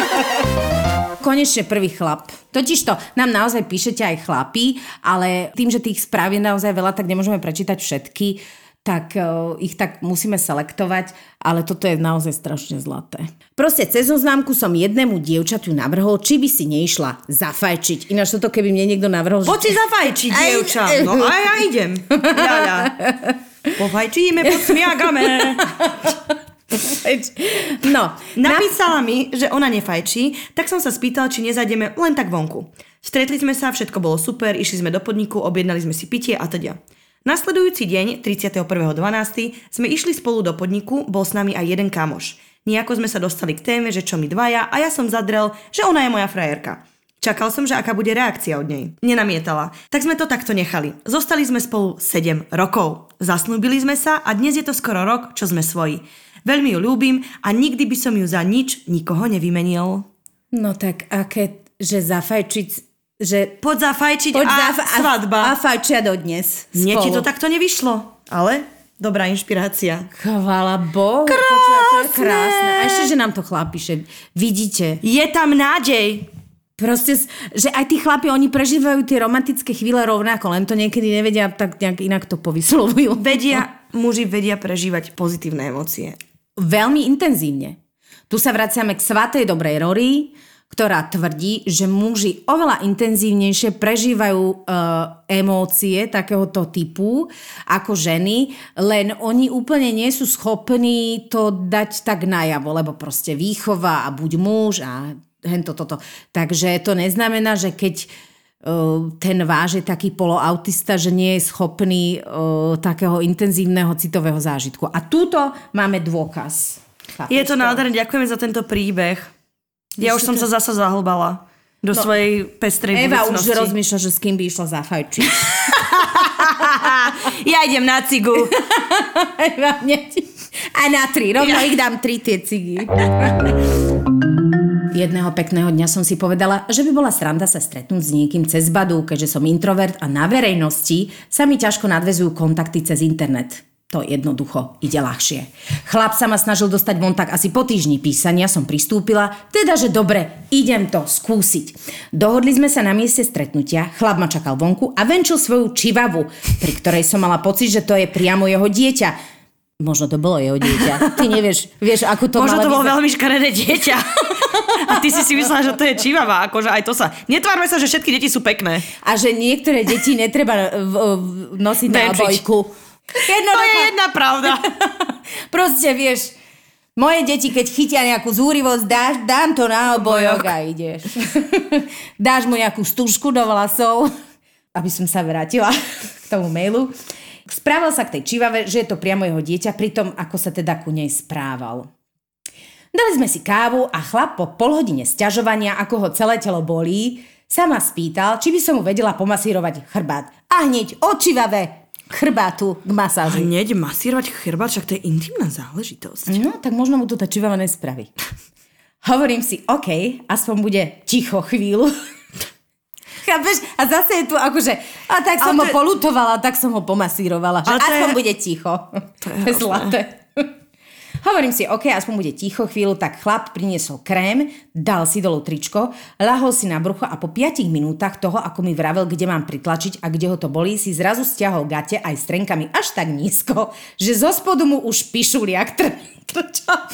Konečne prvý chlap. Totižto, nám naozaj píšete aj chlapi, ale tým, že tých správ je naozaj veľa, tak nemôžeme prečítať všetky, tak uh, ich tak musíme selektovať, ale toto je naozaj strašne zlaté. Proste cez oznámku som jednému dievčaťu navrhol, či by si neišla zafajčiť. Ináč toto, keby mne niekto navrhol... Poď si zafajčiť, dievča. No a ja idem. Ja, ja. Pofajčíme, podsmiagame. No. Napísala mi, že ona nefajčí, tak som sa spýtal, či nezajdeme len tak vonku. Stretli sme sa, všetko bolo super, išli sme do podniku, objednali sme si pitie a teda. Nasledujúci deň, tridsiateho prvého decembra, sme išli spolu do podniku, bol s nami aj jeden kamoš. Nejako sme sa dostali k téme, že čo my dvaja a ja som zadrel, že ona je moja frajerka. Čakal som, že aká bude reakcia od nej. Nenamietala. Tak sme to takto nechali. Zostali sme spolu sedem rokov. Zasnúbili sme sa a dnes je to skoro rok, čo sme svoji. Veľmi ju ľúbim a nikdy by som ju za nič nikoho nevymenil. No tak aké, že zafajčiť, že... Poď zafajčiť Poď a zaf- svadba. A, a fajčia dodnes. Nie ti to spolu. takto nevyšlo, ale dobrá inšpirácia. Chvála Bohu. Krásne. Počúva, to je krásne. A ešte, že nám to chlap píše. Vidíte. Je tam nádej. Proste, že aj tí chlapi, oni prežívajú tie romantické chvíle rovnako, len to niekedy nevedia, tak nejak inak to povyslovujú. Vedia, muži vedia prežívať pozitívne emócie. Veľmi intenzívne. Tu sa vraciame k svatej dobrej Rory, ktorá tvrdí, že muži oveľa intenzívnejšie prežívajú e, emócie takéhoto typu ako ženy, len oni úplne nie sú schopní to dať tak najavo, lebo proste výchova a buď muž a hento toto. Takže to neznamená, že keď uh, ten váš je taký poloautista, že nie je schopný uh, takého intenzívneho citového zážitku. A túto máme dôkaz. Je to nádherné, ďakujeme za tento príbeh. Ja už som sa zasa zahlbala do no, svojej pestrej Eva budúcnosti. už rozmýšľa, že s kým by išla zafajčiť. Ja idem na cigu. Eva, nie. A na tri, rovno ja. Ich dám tri tie cigy. Jedného pekného dňa som si povedala, že by bola sranda sa stretnúť s niekým cez badu, keďže som introvert a na verejnosti sa mi ťažko nadväzujú kontakty cez internet. To jednoducho ide ľahšie. Chlap sa ma snažil dostať von tak asi po týždni písania som pristúpila, teda že dobre, idem to skúsiť. Dohodli sme sa na mieste stretnutia, chlap ma čakal vonku a venčil svoju čivavu, pri ktorej som mala pocit, že to je priamo jeho dieťa. Možno to bolo jeho dieťa. Ty nevieš, vieš, ako to Možno malo to bolo vyzerať. veľmi škaredé dieťa. A ty si si myslela, že to je čivava. Akože aj to sa... Netvárme sa, že všetky deti sú pekné. A že niektoré deti netreba v, v, nosiť na Venčiť. obojku. Jedno To je roka- jedna pravda. Proste, vieš, moje deti, keď chytia nejakú zúrivosť, dáš, dám to na obojok Obojok. a ideš. Dáš mu nejakú stužku do vlasov, aby som sa vrátila k tomu mailu. Správal sa k tej čivave, že je to priamo jeho dieťa, pritom ako sa teda ku nej správal. Dali sme si kávu a chlap po polhodine sťažovania, ako ho celé telo bolí, sa ma spýtal, či by som mu vedela pomasírovať chrbát. A hneď od čivave chrbátu k masáži. Hneď masírovať chrbát, však to je intimná záležitosť. No, tak možno mu to tá čivava nespraví. Hovorím si, OK, aspoň bude ticho chvíľu. Chápeš? A zase je tu akože, a tak som Ale ho to je- polutovala, tak som ho pomasírovala. Že Ale to aspoň je- bude ticho. To je To je zlaté. Hovorím si, OK, aspoň bude ticho chvíľu, tak chlap priniesol krém, dal si dolu tričko, ľahol si na brucho a po piatich minútach toho, ako mi vravel, kde mám pritlačiť a kde ho to bolí, si zrazu stiahol gate aj s trenkami až tak nízko, že zo spodu mu už pišuli jak tr- trčal.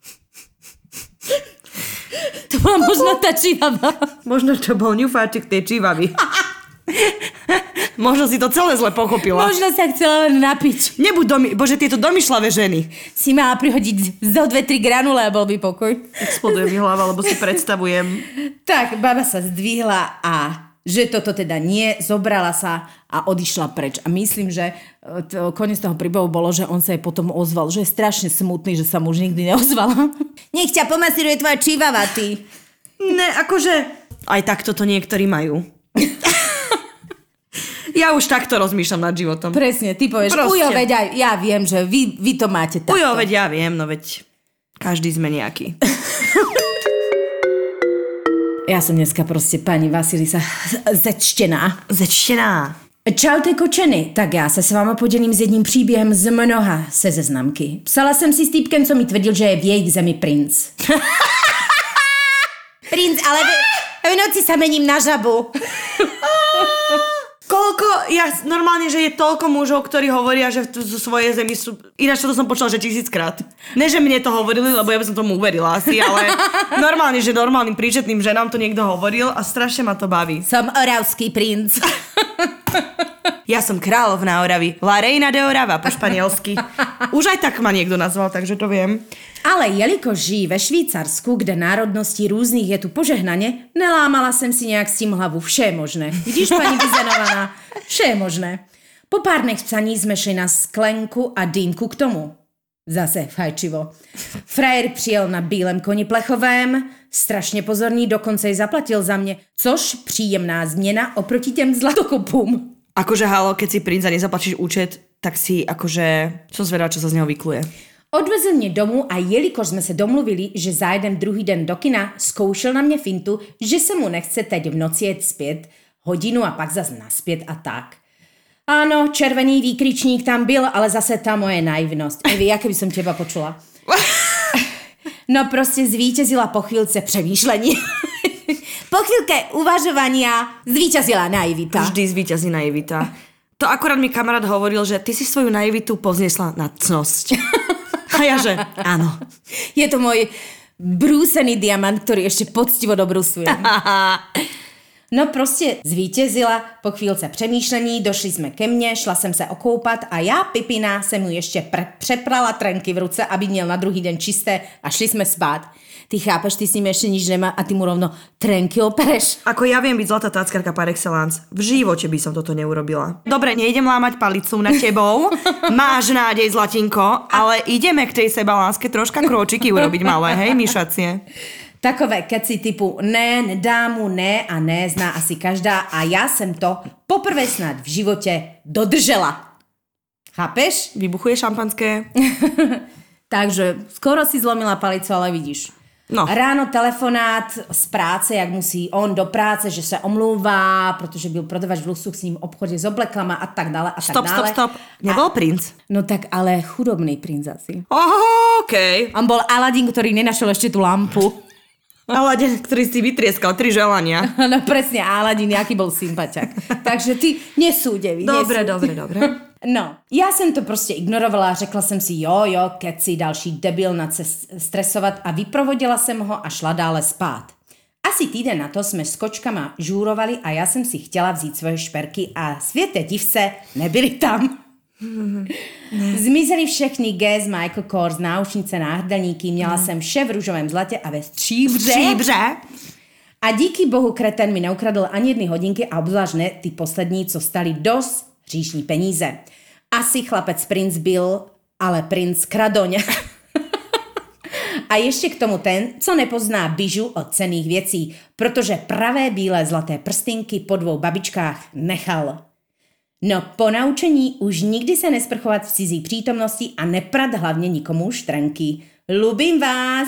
To bola možno tá čivava. Možno to bol ňufáčik tej čivavy. Možno si to celé zle pochopila. Možno sa chcela len napiť. Nebuď domy... Bože, tieto domyšľavé ženy. Si mala prihodiť zo dve, tri granule a bol by pokoj. Exploduje mi hlava, lebo si predstavujem. Tak, baba sa zdvihla a že toto teda nie, zobrala sa a odišla preč. A myslím, že to, koniec toho príbehu bolo, že on sa jej potom ozval, že je strašne smutný, že sa mu už nikdy neozvala. Nech ťa pomasíruje tvoja čivava, ty. Ne, akože... Aj takto to niektorí majú. Ja už takto rozmýšľam nad životom. Presne, ty povieš, Proste. ujo, veď aj, ja viem, že vy, vy to máte takto. Ujo, veď ja viem, no veď každý sme nejaký. Ja som dneska proste pani Vasilisa zečtená. Zečtená. Čaute kočeny, tak já se s váma podělím s jedním příběhem z mnoha se zeznamky. Psala jsem si s týpkem, co mi tvrdil, že je v jejich zemi princ. Princ, ale v, v noci sa mením na žabu. Koľko, ja normálne, že je toľko mužov, ktorí hovoria, že v zo svojej zemi sú... Ináč to som počula, že tisíckrát. Ne, že mne to hovorili, lebo ja by som tomu uverila asi, ale normálne, že normálnym príčetným ženám to niekto hovoril a strašne ma to baví. Som oravský princ. Ja som kráľovná Oravy. La Reina de Orava po španielsky. Už aj tak ma niekto nazval, takže to viem. Ale jelikož žijí ve Švýcarsku, kde národností různých je tu požehnaně, nelámala jsem si nějak s tím hlavu. Vše je možné. Vidíš, paní vyzenovaná? Vše je možné. Po pár dnech psaní jsme šli na sklenku a dýmku k tomu. Zase fajčivo. Frajer přijel na bílém koni plechovém, strašně pozorný, dokonce i zaplatil za mě, což příjemná změna oproti těm zlatokopům. Akože halo, keď si princ a nezaplatíš účet, tak si akože... Som zvedala, čo sa z neho vykluje. Odvezl mě domů a jelikož jsme se domluvili, že zajedem druhý den do kina, zkoušel na mě fintu, že se mu nechce teď v noci jet zpět, hodinu a pak zas naspět a tak. Áno, červený výkričník tam byl, ale zase tá moje naivnosť. Evi, jaké by som teba počula? No prostě zvítězila po chvíľce přemýšlení. Po chvíľke uvažovania zvíťazila naivita. Vždy zvíťazí naivita. To akorát mi kamarát hovoril, že ty si svoju naivitu povznesla na cnosť. A ja, že áno. Je to môj brúsený diamant, ktorý ešte poctivo dobrúsuje. No prostě zvítězila, po chvílce přemýšlení, došli jsme ke mně, šla jsem se okoupat a já, Pipina, jsem mu ještě pre- přeprala trenky v ruce, aby měl na druhý den čisté a šli jsme spát. Ty chápeš, ty s ním ešte nič nemá a ty mu rovno trenky opereš. Ako ja viem byť zlatá táckarka par excellence. V živote by som toto neurobila. Dobre, nejdem lámať palicu na tebou. Máš nádej, Zlatinko, ale ideme k tej sebaláske troška kročiky urobiť malé, hej, myšacie. Takové keci typu ne, nedá mu, ne a ne zná asi každá a já jsem to poprvé snad v životě dodržela. Chápeš? Vybuchuje šampanské. Takže skoro si zlomila palicu, ale vidíš. No. Ráno telefonát z práce, jak musí on do práce, že se omlouvá, protože byl prodavač v luxu s ním v obchodě s obleklama a tak dále a tak stop, dále. Stop, stop, Nebol a... princ? No tak ale chudobný princ asi. Oh, okej. Okay. On bol Aladin, ktorý nenašiel ešte tú lampu. Aladin, ktorý si vytrieskal tri želania. No presne, Aladin, jaký bol sympaťak. Takže ty nesúdevý. Dobre, nesúdevý. dobre, dobre. No, já jsem to prostě ignorovala, řekla jsem si jo, jo, keci, další debil, nad se stresovat a vyprovodila jsem ho a šla dále spát. Asi týden na to jsme s kočkama žúrovali a já jsem si chtěla vzít svoje šperky a světe divce, nebyly tam. Zmizely všechny Guess, Michael Kors, náušnice, náhrdelníky, měla jsem vše v růžovém zlatě a ve stříbře. Stříbře. A díky bohu kreten mi neukradl ani jedny hodinky a obzvlášť ne ty poslední, co stali dost hříšní peníze. Asi chlapec princ byl, ale princ kradoň. A ještě k tomu ten, co nepozná bižu od cenných věcí, protože pravé bílé zlaté prstinky po dvou babičkách nechal. No po naučení už nikdy se nesprchovat v cizí přítomnosti a neprat hlavně nikomu štranky. Ľubím vás.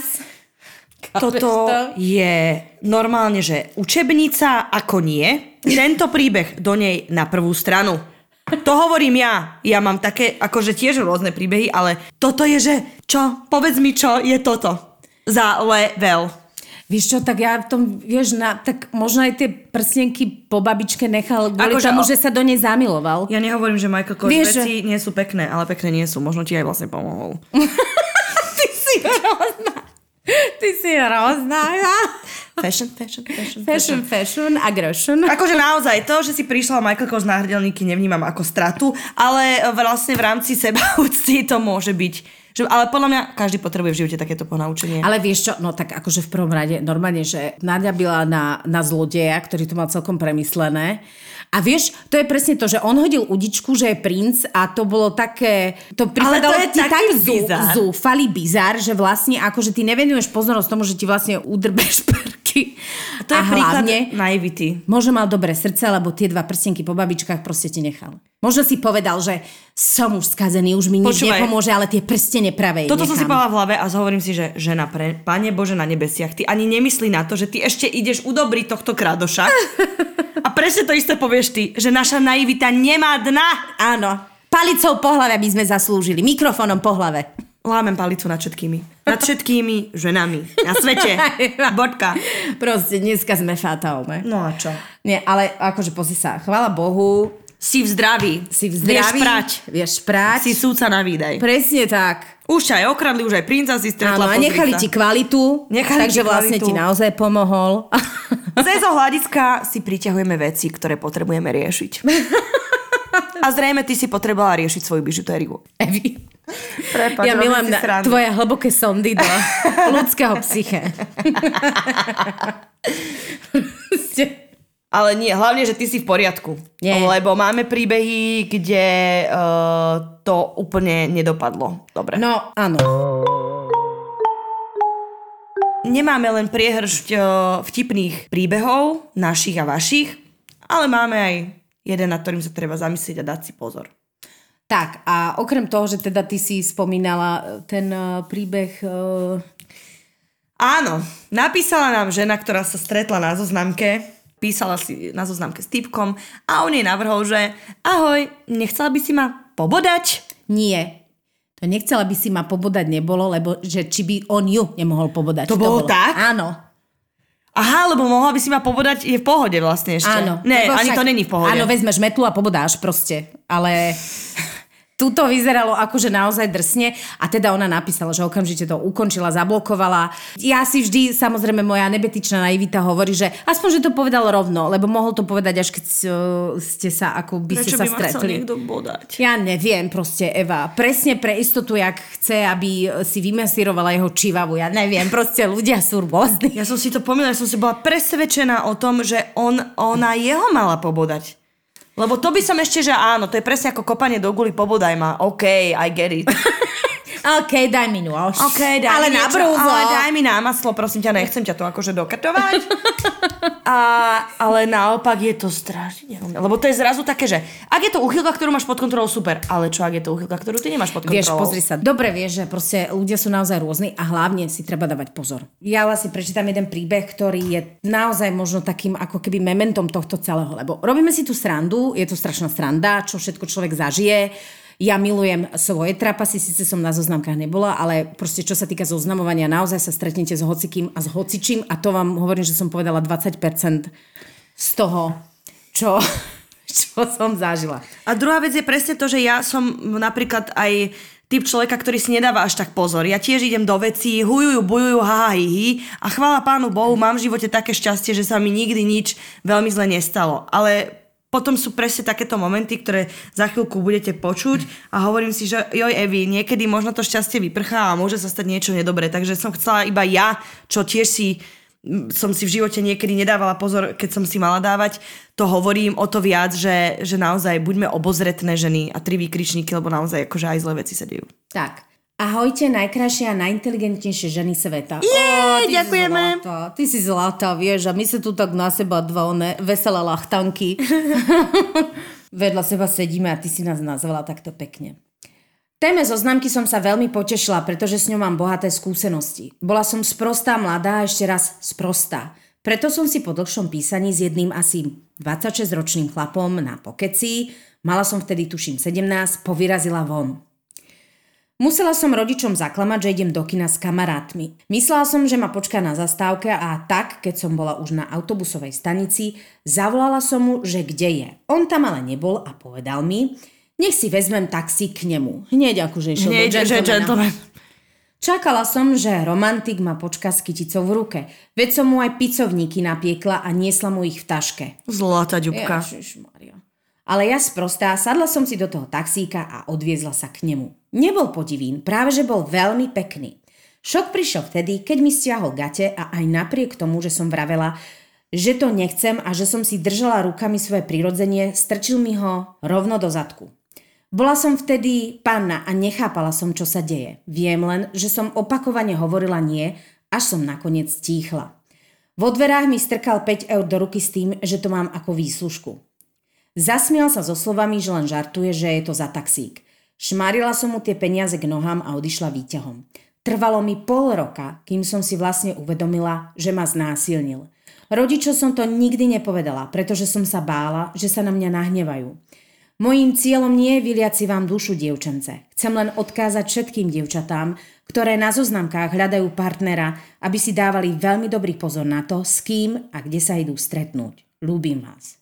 Toto je normálne, že učebnica ako nie. Tento príbeh do nej na prvú stranu. To hovorím ja. Ja mám také, akože tiež rôzne príbehy, ale toto je, že čo? Povedz mi, čo je toto za level. Vieš čo, tak ja v tom, vieš, na, tak možno aj tie prstenky po babičke nechal kvôli Akože tomu, o- že sa do nej zamiloval. Ja nehovorím, že Michael Kors Vieš, veci nie sú pekné, ale pekné nie sú. Možno ti aj vlastne pomohol. Ty si hrozná. Ty si hrozná. Fashion, fashion, fashion, Fashion, fashion, aggression. Akože naozaj to, že si prišla Michael Kors na hrdelníky, nevnímam ako stratu, ale vlastne v rámci sebaúcty to môže byť. Že, ale podľa mňa každý potrebuje v živote takéto ponaučenie. Ale vieš čo, no tak akože v prvom rade, normálne, že Náďa byla na, na zlodeja, ktorý to mal celkom premyslené. A vieš, to je presne to, že on hodil udičku, že je princ a to bolo také, to pripadalo to je ti taký tak zú, bizár. zúfalý bizár, že vlastne akože ty nevenuješ pozornosť tomu, že ti vlastne udrbe šperky. To je a príklad hlavne, naivity. možno mal dobré srdce, lebo tie dva prstenky po babičkách proste ti nechal. Možno si povedal, že som už skazený, už mi nič Počúvaj. nepomôže, ale tie prstene pravé Toto som si nechám. povedala v hlave a hovorím si, že žena pre Pane Bože na nebesiach, ty ani nemyslí na to, že ty ešte ideš udobriť tohto krádoša. A presne to isté povieš ty, že naša naivita nemá dna. Áno. Palicou po hlave by sme zaslúžili. Mikrofónom po hlave. Lámem palicu nad všetkými. Nad všetkými ženami na svete. Bodka. Proste dneska sme fatálne. No a čo? Nie, ale akože pozri sa, chvála Bohu, Si v zdraví. si v Vieš zdraví. prať. Vieš prať. Si súca na výdaj. Presne tak. Už ťa aj okradli, už aj princa si stretla. Áno, a pozri nechali sa. ti kvalitu, Nechali takže ti vlastne kvalitu. ti naozaj pomohol. Z toho hľadiska si priťahujeme veci, ktoré potrebujeme riešiť. A zrejme ty si potrebovala riešiť svoju bižutériu. Evi. Prepáč, Ja robím milujem si na srandu. tvoje hlboké sondy do ľudského psyche. Ale nie, hlavne, že ty si v poriadku. Nie. Lebo máme príbehy, kde uh, to úplne nedopadlo. Dobre. No, áno. Nemáme len priehršť uh, vtipných príbehov, našich a vašich, ale máme aj jeden, nad ktorým sa treba zamyslieť a dať si pozor. Tak, a okrem toho, že teda ty si spomínala ten uh, príbeh... Uh... Áno, napísala nám žena, ktorá sa stretla na zoznamke, písala si na zoznamke s typkom a on jej navrhol, že ahoj, nechcela by si ma pobodať? Nie. To nechcela by si ma pobodať nebolo, lebo že či by on ju nemohol pobodať. To, to bolo tak? Áno. Aha, lebo mohla by si ma pobodať, je v pohode vlastne ešte. Áno. Ne, ani však, to není v pohode. Áno, vezmeš metlu a pobodáš proste, ale... Tuto vyzeralo akože naozaj drsne a teda ona napísala, že okamžite to ukončila, zablokovala. Ja si vždy, samozrejme moja nebetičná naivita hovorí, že aspoň, že to povedal rovno, lebo mohol to povedať, až keď ste sa, ako by ste Prečo sa by ma stretli. chcel niekto bodať? Ja neviem proste, Eva. Presne pre istotu, jak chce, aby si vymasírovala jeho čivavu. Ja neviem, proste ľudia sú rôzni. Ja som si to pomýlila, ja som si bola presvedčená o tom, že on, ona jeho mala pobodať. Lebo to by som ešte, že áno, to je presne ako kopanie do guli, pobodaj ma. OK, I get it. OK, daj mi nôž. OK, daj ale mi na niečo, brúzo. ale daj mi na maslo, prosím ťa, nechcem ťa to akože dokatovať. A, ale naopak je to strašne. Lebo to je zrazu také, že ak je to úchylka, ktorú máš pod kontrolou, super. Ale čo, ak je to úchylka, ktorú ty nemáš pod kontrolou? Vieš, pozri sa. Dobre vieš, že proste ľudia sú naozaj rôzni a hlavne si treba dávať pozor. Ja vlastne prečítam jeden príbeh, ktorý je naozaj možno takým ako keby mementom tohto celého. Lebo robíme si tú srandu, je to strašná sranda, čo všetko človek zažije. Ja milujem svoje trapasy, síce som na zoznamkách nebola, ale proste čo sa týka zoznamovania, naozaj sa stretnete s hocikým a s hocičím a to vám hovorím, že som povedala dvadsať percent z toho, čo, čo som zažila. A druhá vec je presne to, že ja som napríklad aj typ človeka, ktorý si nedáva až tak pozor. Ja tiež idem do vecí, hujujú, bujujú, haha, hihi a chvála Pánu Bohu, mám v živote také šťastie, že sa mi nikdy nič veľmi zle nestalo. Ale potom sú presne takéto momenty, ktoré za chvíľku budete počuť a hovorím si, že joj Evi, niekedy možno to šťastie vyprchá a môže sa stať niečo nedobré. Takže som chcela iba ja, čo tiež si som si v živote niekedy nedávala pozor, keď som si mala dávať, to hovorím o to viac, že, že naozaj buďme obozretné ženy a tri výkričníky, lebo naozaj akože aj zlé veci sa dejú. Tak. Ahojte, najkrajšie a najinteligentnejšie ženy sveta. Jej, ďakujeme. Si ty si zlatá, vieš, a my sa tu tak na seba dva one veselé lachtanky. Vedľa seba sedíme a ty si nás nazvala takto pekne. Téme zoznamky som sa veľmi potešila, pretože s ňou mám bohaté skúsenosti. Bola som sprostá mladá a ešte raz sprostá. Preto som si po dlhšom písaní s jedným asi dvadsaťšesťročným chlapom na pokeci, mala som vtedy tuším sedemnásť, povyrazila von. Musela som rodičom zaklamať, že idem do kina s kamarátmi. Myslela som, že ma počká na zastávke a tak, keď som bola už na autobusovej stanici, zavolala som mu, že kde je. On tam ale nebol a povedal mi, nech si vezmem taxi k nemu. Hneď akože išiel do gentlemana. Čakala som, že romantik ma počká s kyticou v ruke. Veď som mu aj picovníky napiekla a niesla mu ich v taške. Zlatá ďubka. Ježišmaria. Ale ja sprostá, sadla som si do toho taxíka a odviezla sa k nemu. Nebol podivín, práve že bol veľmi pekný. Šok prišiel vtedy, keď mi stiahol gate a aj napriek tomu, že som vravela, že to nechcem a že som si držala rukami svoje prirodzenie, strčil mi ho rovno do zadku. Bola som vtedy panna a nechápala som, čo sa deje. Viem len, že som opakovane hovorila nie, až som nakoniec stíchla. Vo dverách mi strkal päť eur do ruky s tým, že to mám ako výslužku. Zasmial sa so slovami, že len žartuje, že je to za taxík. Šmarila som mu tie peniaze k nohám a odišla výťahom. Trvalo mi pol roka, kým som si vlastne uvedomila, že ma znásilnil. Rodičom som to nikdy nepovedala, pretože som sa bála, že sa na mňa nahnevajú. Mojím cieľom nie je vyliať si vám dušu, dievčence. Chcem len odkázať všetkým dievčatám, ktoré na zoznamkách hľadajú partnera, aby si dávali veľmi dobrý pozor na to, s kým a kde sa idú stretnúť. Ľúbim vás.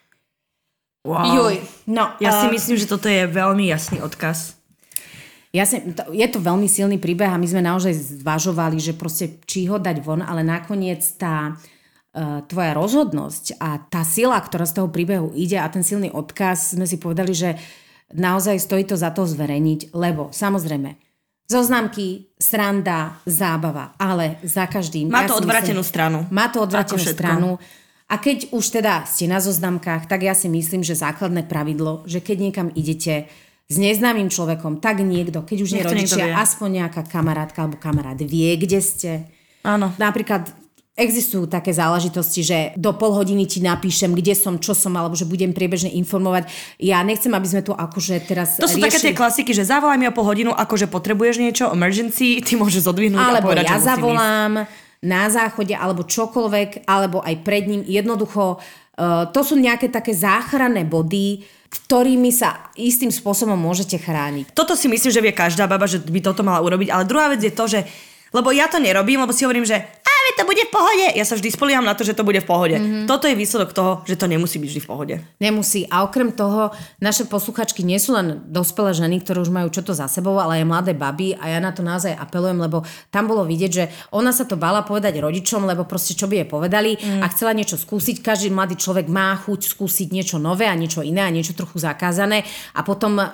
Wow. Juj, no, ja si uh, myslím, že toto je veľmi jasný odkaz. Ja si, to, je to veľmi silný príbeh a my sme naozaj zvažovali, že proste či ho dať von, ale nakoniec tá uh, tvoja rozhodnosť a tá sila, ktorá z toho príbehu ide a ten silný odkaz, sme si povedali, že naozaj stojí to za to zverejniť, lebo samozrejme zoznamky, sranda, zábava, ale za každým... Má ja to odvratenú myslím, stranu. Má to odvratenú stranu. A keď už teda ste na zoznamkách, tak ja si myslím, že základné pravidlo, že keď niekam idete s neznámym človekom, tak niekto, keď už nie rodičia, aspoň nejaká kamarátka alebo kamarát vie, kde ste. Áno. Napríklad existujú také záležitosti, že do pol hodiny ti napíšem, kde som, čo som, alebo že budem priebežne informovať. Ja nechcem, aby sme tu akože teraz To sú riešili... také tie klasiky, že zavolaj mi o pol hodinu, akože potrebuješ niečo, emergency, ty môžeš zodvihnúť a alebo povedať, ja že musím zavolám na záchode, alebo čokoľvek, alebo aj pred ním. Jednoducho, uh, to sú nejaké také záchranné body, ktorými sa istým spôsobom môžete chrániť. Toto si myslím, že vie každá baba, že by toto mala urobiť, ale druhá vec je to, že lebo ja to nerobím, lebo si hovorím, že a to bude v pohode. Ja sa vždy spolieham na to, že to bude v pohode. Mm-hmm. Toto je výsledok toho, že to nemusí byť vždy v pohode. Nemusí. A okrem toho, naše posluchačky nie sú len dospelé ženy, ktoré už majú čo to za sebou, ale aj mladé baby a ja na to naozaj apelujem, lebo tam bolo vidieť, že ona sa to bála povedať rodičom, lebo proste čo by jej povedali mm. a chcela niečo skúsiť. Každý mladý človek má chuť skúsiť niečo nové a niečo iné a niečo trochu zakázané a potom uh,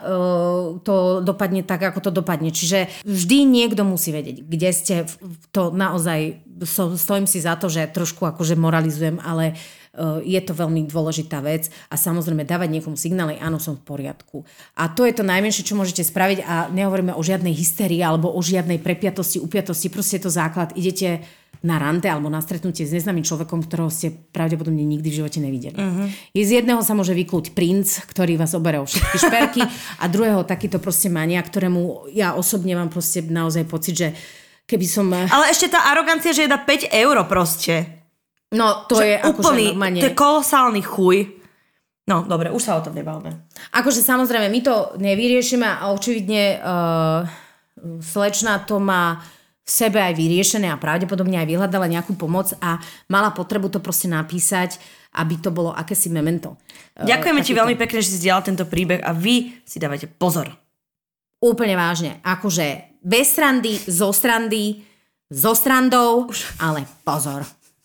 to dopadne tak, ako to dopadne. Čiže vždy niekto musí vedieť, kde ste. To naozaj so, stojím si za to, že trošku akože moralizujem, ale uh, je to veľmi dôležitá vec a samozrejme dávať niekomu signály, áno, som v poriadku. A to je to najmenšie, čo môžete spraviť a nehovoríme o žiadnej hysterii alebo o žiadnej prepiatosti, upiatosti, proste je to základ. Idete na rande alebo na stretnutie s neznámym človekom, ktorého ste pravdepodobne nikdy v živote nevideli. Uh-huh. Je z jedného sa môže vyklúť princ, ktorý vás oberá o všetky šperky a druhého takýto proste mania, ktorému ja osobne mám proste naozaj pocit, že keby som... Ale ešte tá arogancia, že je dá päť eur proste. No, to že je úplný, akože normálne... To je kolosálny chuj. No, dobre, už sa o tom nebavme. Akože samozrejme, my to nevyriešime a očividne uh, slečna to má v sebe aj vyriešené a pravdepodobne aj vyhľadala nejakú pomoc a mala potrebu to proste napísať, aby to bolo akési memento. Uh, Ďakujeme ti to... veľmi pekne, že si zdieľal tento príbeh a vy si dávajte pozor. Úplne vážne. Akože bez srandy, zo srandy, zo srandou, ale pozor.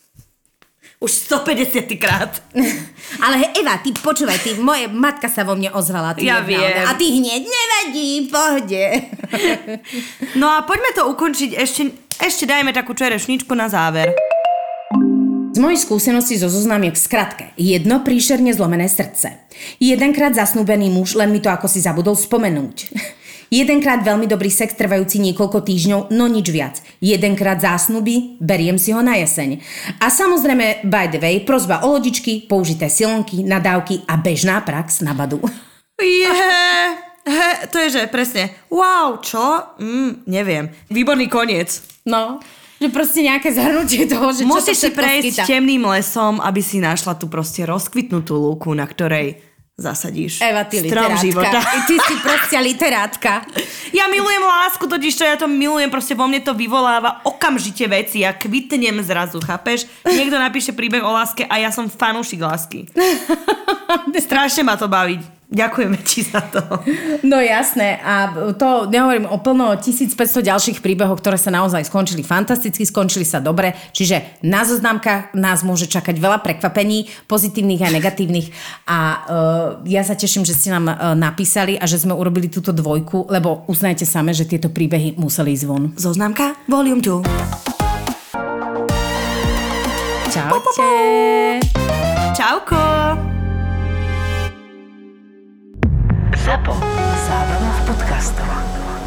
Už stopäťdesiat krát. Ale hej, Eva, ty počúvaj, ty, moje matka sa vo mne ozvala. Ty ja viem. A ty hneď, nevadí, pohode. No a poďme to ukončiť. Ešte, ešte dajme takú čerešničku na záver. Z mojich skúseností zo zoznamiek v skratke. Jedno príšerne zlomené srdce. Jedenkrát zasnúbený muž, len mi to ako si zabudol spomenúť. Jedenkrát veľmi dobrý sex trvajúci niekoľko týždňov, no nič viac. Jedenkrát zásnuby, beriem si ho na jeseň. A samozrejme, by the way, prosba o lodičky, použité silonky, nadávky a bežná prax na badu. Yeah. He, to je, že presne, wow, čo? Mm, neviem. Výborný koniec. No, že proste nejaké zhrnutie toho, že musíš čo to si prejsť skýta. temným lesom, aby si našla tú proste rozkvitnutú lúku, na ktorej zasadíš Eva, ty strom literátka. života. Ty si proste literátka. Ja milujem lásku, totiž to ja to milujem, proste vo mne to vyvoláva okamžite veci, ja kvitnem zrazu, chápeš? Niekto napíše príbeh o láske a ja som fanúšik lásky. Strašne ma to baví. Ďakujeme ti za to. No jasné. A to nehovorím o plno tisícpäťsto ďalších príbehov, ktoré sa naozaj skončili fantasticky, skončili sa dobre. Čiže na zoznamkách nás môže čakať veľa prekvapení, pozitívnych a negatívnych. A uh, ja sa teším, že ste nám uh, napísali a že sme urobili túto dvojku, lebo uznajte same, že tieto príbehy museli ísť von. Zoznamka Volume dva. Čaute. Čauko. Zapo. Zábrná v podcastovách.